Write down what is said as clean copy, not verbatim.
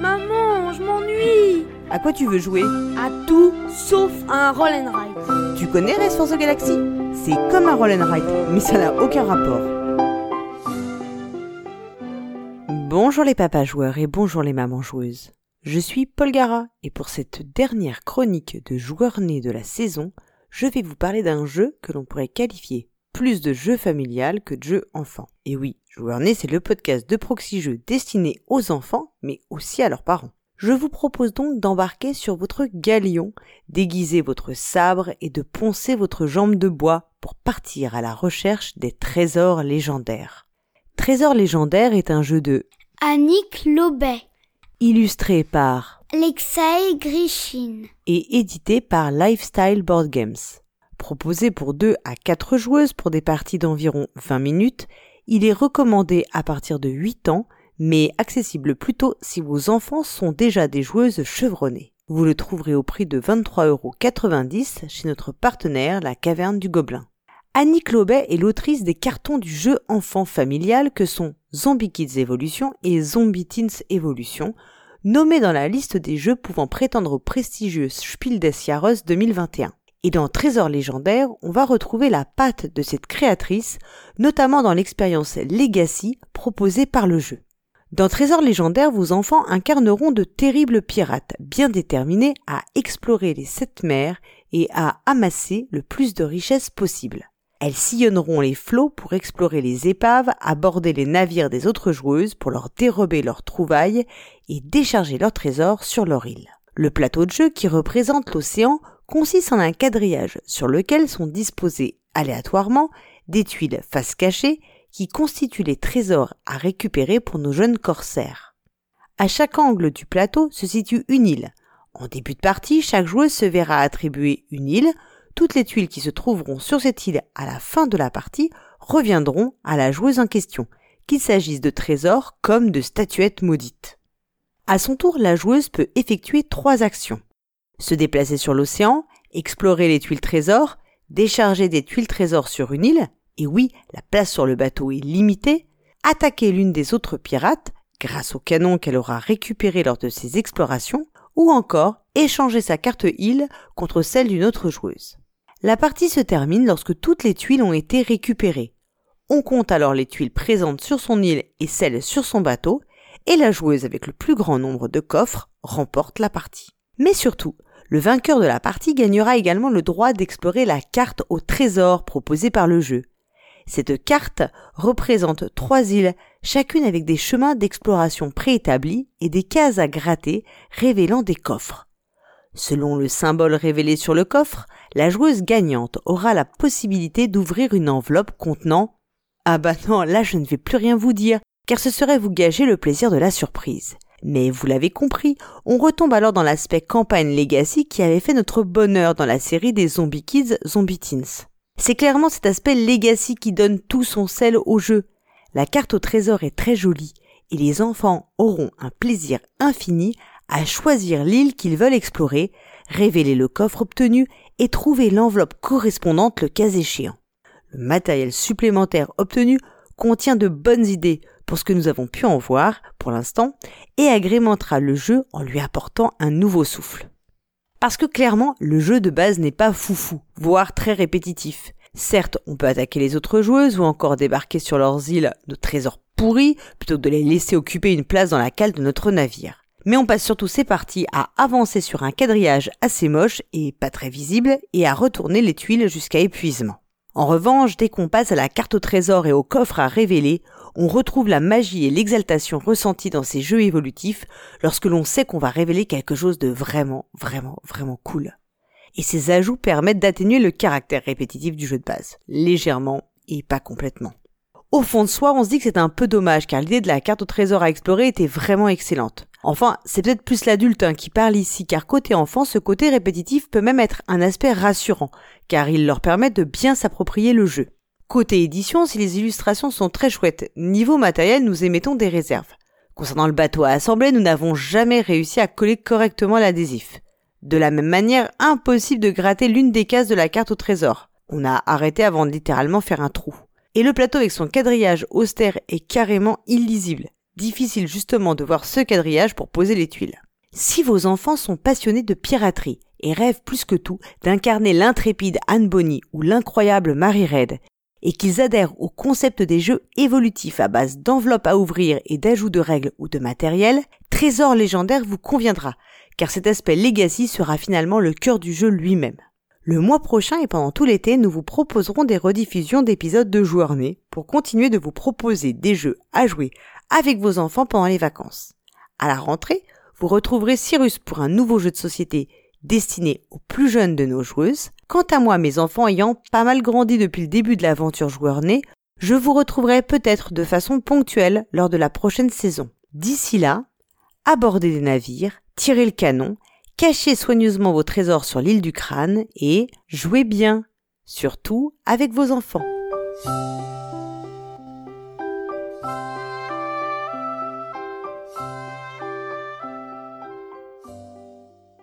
Maman, je m'ennuie. À quoi tu veux jouer? À tout sauf à un roll and ride. Tu connais Race for the Galaxy? C'est comme un roll and ride, mais ça n'a aucun rapport. Bonjour les papas joueurs et bonjour les mamans joueuses. Je suis Paul Gara et pour cette dernière chronique de joueurs nés de la saison, je vais vous parler d'un jeu que l'on pourrait qualifier plus de jeu familial que de jeu enfant. Et oui, Joueurs nés, c'est le podcast de Proxy Jeux destiné aux enfants, mais aussi à leurs parents. Je vous propose donc d'embarquer sur votre galion, d'aiguiser votre sabre et de poncer votre jambe de bois pour partir à la recherche des trésors légendaires. Trésors légendaires est un jeu de Annick Lobet, illustré par Alexei Grishin et édité par Lifestyle Board Games. Proposé pour 2 à 4 joueuses pour des parties d'environ 20 minutes, il est recommandé à partir de 8 ans, mais accessible plutôt si vos enfants sont déjà des joueuses chevronnées. Vous le trouverez au prix de 23,90 € chez notre partenaire, la Caverne du Gobelin. Annick Lobet est l'autrice des cartons du jeu enfant familial que sont Zombie Kids Evolution et Zombie Teens Evolution, nommés dans la liste des jeux pouvant prétendre au prestigieux Spiel des Jahres 2021. Et dans Trésors légendaires, on va retrouver la patte de cette créatrice, notamment dans l'expérience Legacy proposée par le jeu. Dans Trésors légendaires, vos enfants incarneront de terribles pirates, bien déterminés à explorer les 7 mers et à amasser le plus de richesses possible. Elles sillonneront les flots pour explorer les épaves, aborder les navires des autres joueuses pour leur dérober leurs trouvailles et décharger leurs trésors sur leur île. Le plateau de jeu qui représente l'océan consiste en un quadrillage sur lequel sont disposées aléatoirement des tuiles face cachée qui constituent les trésors à récupérer pour nos jeunes corsaires. À chaque angle du plateau se situe une île. En début de partie, chaque joueuse se verra attribuer une île. Toutes les tuiles qui se trouveront sur cette île à la fin de la partie reviendront à la joueuse en question, qu'il s'agisse de trésors comme de statuettes maudites. À son tour, la joueuse peut effectuer 3 actions. Se déplacer sur l'océan, explorer les tuiles trésors, décharger des tuiles trésors sur une île, et oui, la place sur le bateau est limitée, attaquer l'une des autres pirates, grâce au canon qu'elle aura récupéré lors de ses explorations, ou encore échanger sa carte île contre celle d'une autre joueuse. La partie se termine lorsque toutes les tuiles ont été récupérées. On compte alors les tuiles présentes sur son île et celles sur son bateau, et la joueuse avec le plus grand nombre de coffres remporte la partie. Mais surtout, le vainqueur de la partie gagnera également le droit d'explorer la carte au trésor proposée par le jeu. Cette carte représente 3 îles, chacune avec des chemins d'exploration préétablis et des cases à gratter révélant des coffres. Selon le symbole révélé sur le coffre, la joueuse gagnante aura la possibilité d'ouvrir une enveloppe contenant « Ah bah non, là je ne vais plus rien vous dire, car ce serait vous gâcher le plaisir de la surprise ». Mais vous l'avez compris, on retombe alors dans l'aspect campagne Legacy qui avait fait notre bonheur dans la série des Zombie Kids, Zombie Teens. C'est clairement cet aspect Legacy qui donne tout son sel au jeu. La carte au trésor est très jolie et les enfants auront un plaisir infini à choisir l'île qu'ils veulent explorer, révéler le coffre obtenu et trouver l'enveloppe correspondante le cas échéant. Le matériel supplémentaire obtenu contient de bonnes idées pour ce que nous avons pu en voir pour l'instant et agrémentera le jeu en lui apportant un nouveau souffle. Parce que clairement, le jeu de base n'est pas foufou, voire très répétitif. Certes, on peut attaquer les autres joueuses ou encore débarquer sur leurs îles de trésors pourris plutôt que de les laisser occuper une place dans la cale de notre navire. Mais on passe surtout ces parties à avancer sur un quadrillage assez moche et pas très visible et à retourner les tuiles jusqu'à épuisement. En revanche, dès qu'on passe à la carte au trésor et au coffre à révéler, on retrouve la magie et l'exaltation ressentie dans ces jeux évolutifs lorsque l'on sait qu'on va révéler quelque chose de vraiment cool. Et ces ajouts permettent d'atténuer le caractère répétitif du jeu de base, légèrement et pas complètement. Au fond de soi, on se dit que c'est un peu dommage car l'idée de la carte au trésor à explorer était vraiment excellente. Enfin, c'est peut-être plus l'adulte qui parle ici, car côté enfant, ce côté répétitif peut même être un aspect rassurant, car il leur permet de bien s'approprier le jeu. Côté édition, si les illustrations sont très chouettes, niveau matériel, nous émettons des réserves. Concernant le bateau à assembler, nous n'avons jamais réussi à coller correctement l'adhésif. De la même manière, impossible de gratter l'une des cases de la carte au trésor. On a arrêté avant de littéralement faire un trou. Et le plateau avec son quadrillage austère est carrément illisible. Difficile justement de voir ce quadrillage pour poser les tuiles. Si vos enfants sont passionnés de piraterie et rêvent plus que tout d'incarner l'intrépide Anne Bonny ou l'incroyable Mary Read, et qu'ils adhèrent au concept des jeux évolutifs à base d'enveloppes à ouvrir et d'ajouts de règles ou de matériel, Trésor légendaire vous conviendra, car cet aspect legacy sera finalement le cœur du jeu lui-même. Le mois prochain et pendant tout l'été, nous vous proposerons des rediffusions d'épisodes de Joueurs Nés pour continuer de vous proposer des jeux à jouer avec vos enfants pendant les vacances. À la rentrée, vous retrouverez Cyrus pour un nouveau jeu de société destiné aux plus jeunes de nos joueuses. Quant à moi, mes enfants ayant pas mal grandi depuis le début de l'aventure Joueurs Nés, je vous retrouverai peut-être de façon ponctuelle lors de la prochaine saison. D'ici là, abordez des navires, tirez le canon, cachez soigneusement vos trésors sur l'île du crâne et jouez bien, surtout avec vos enfants.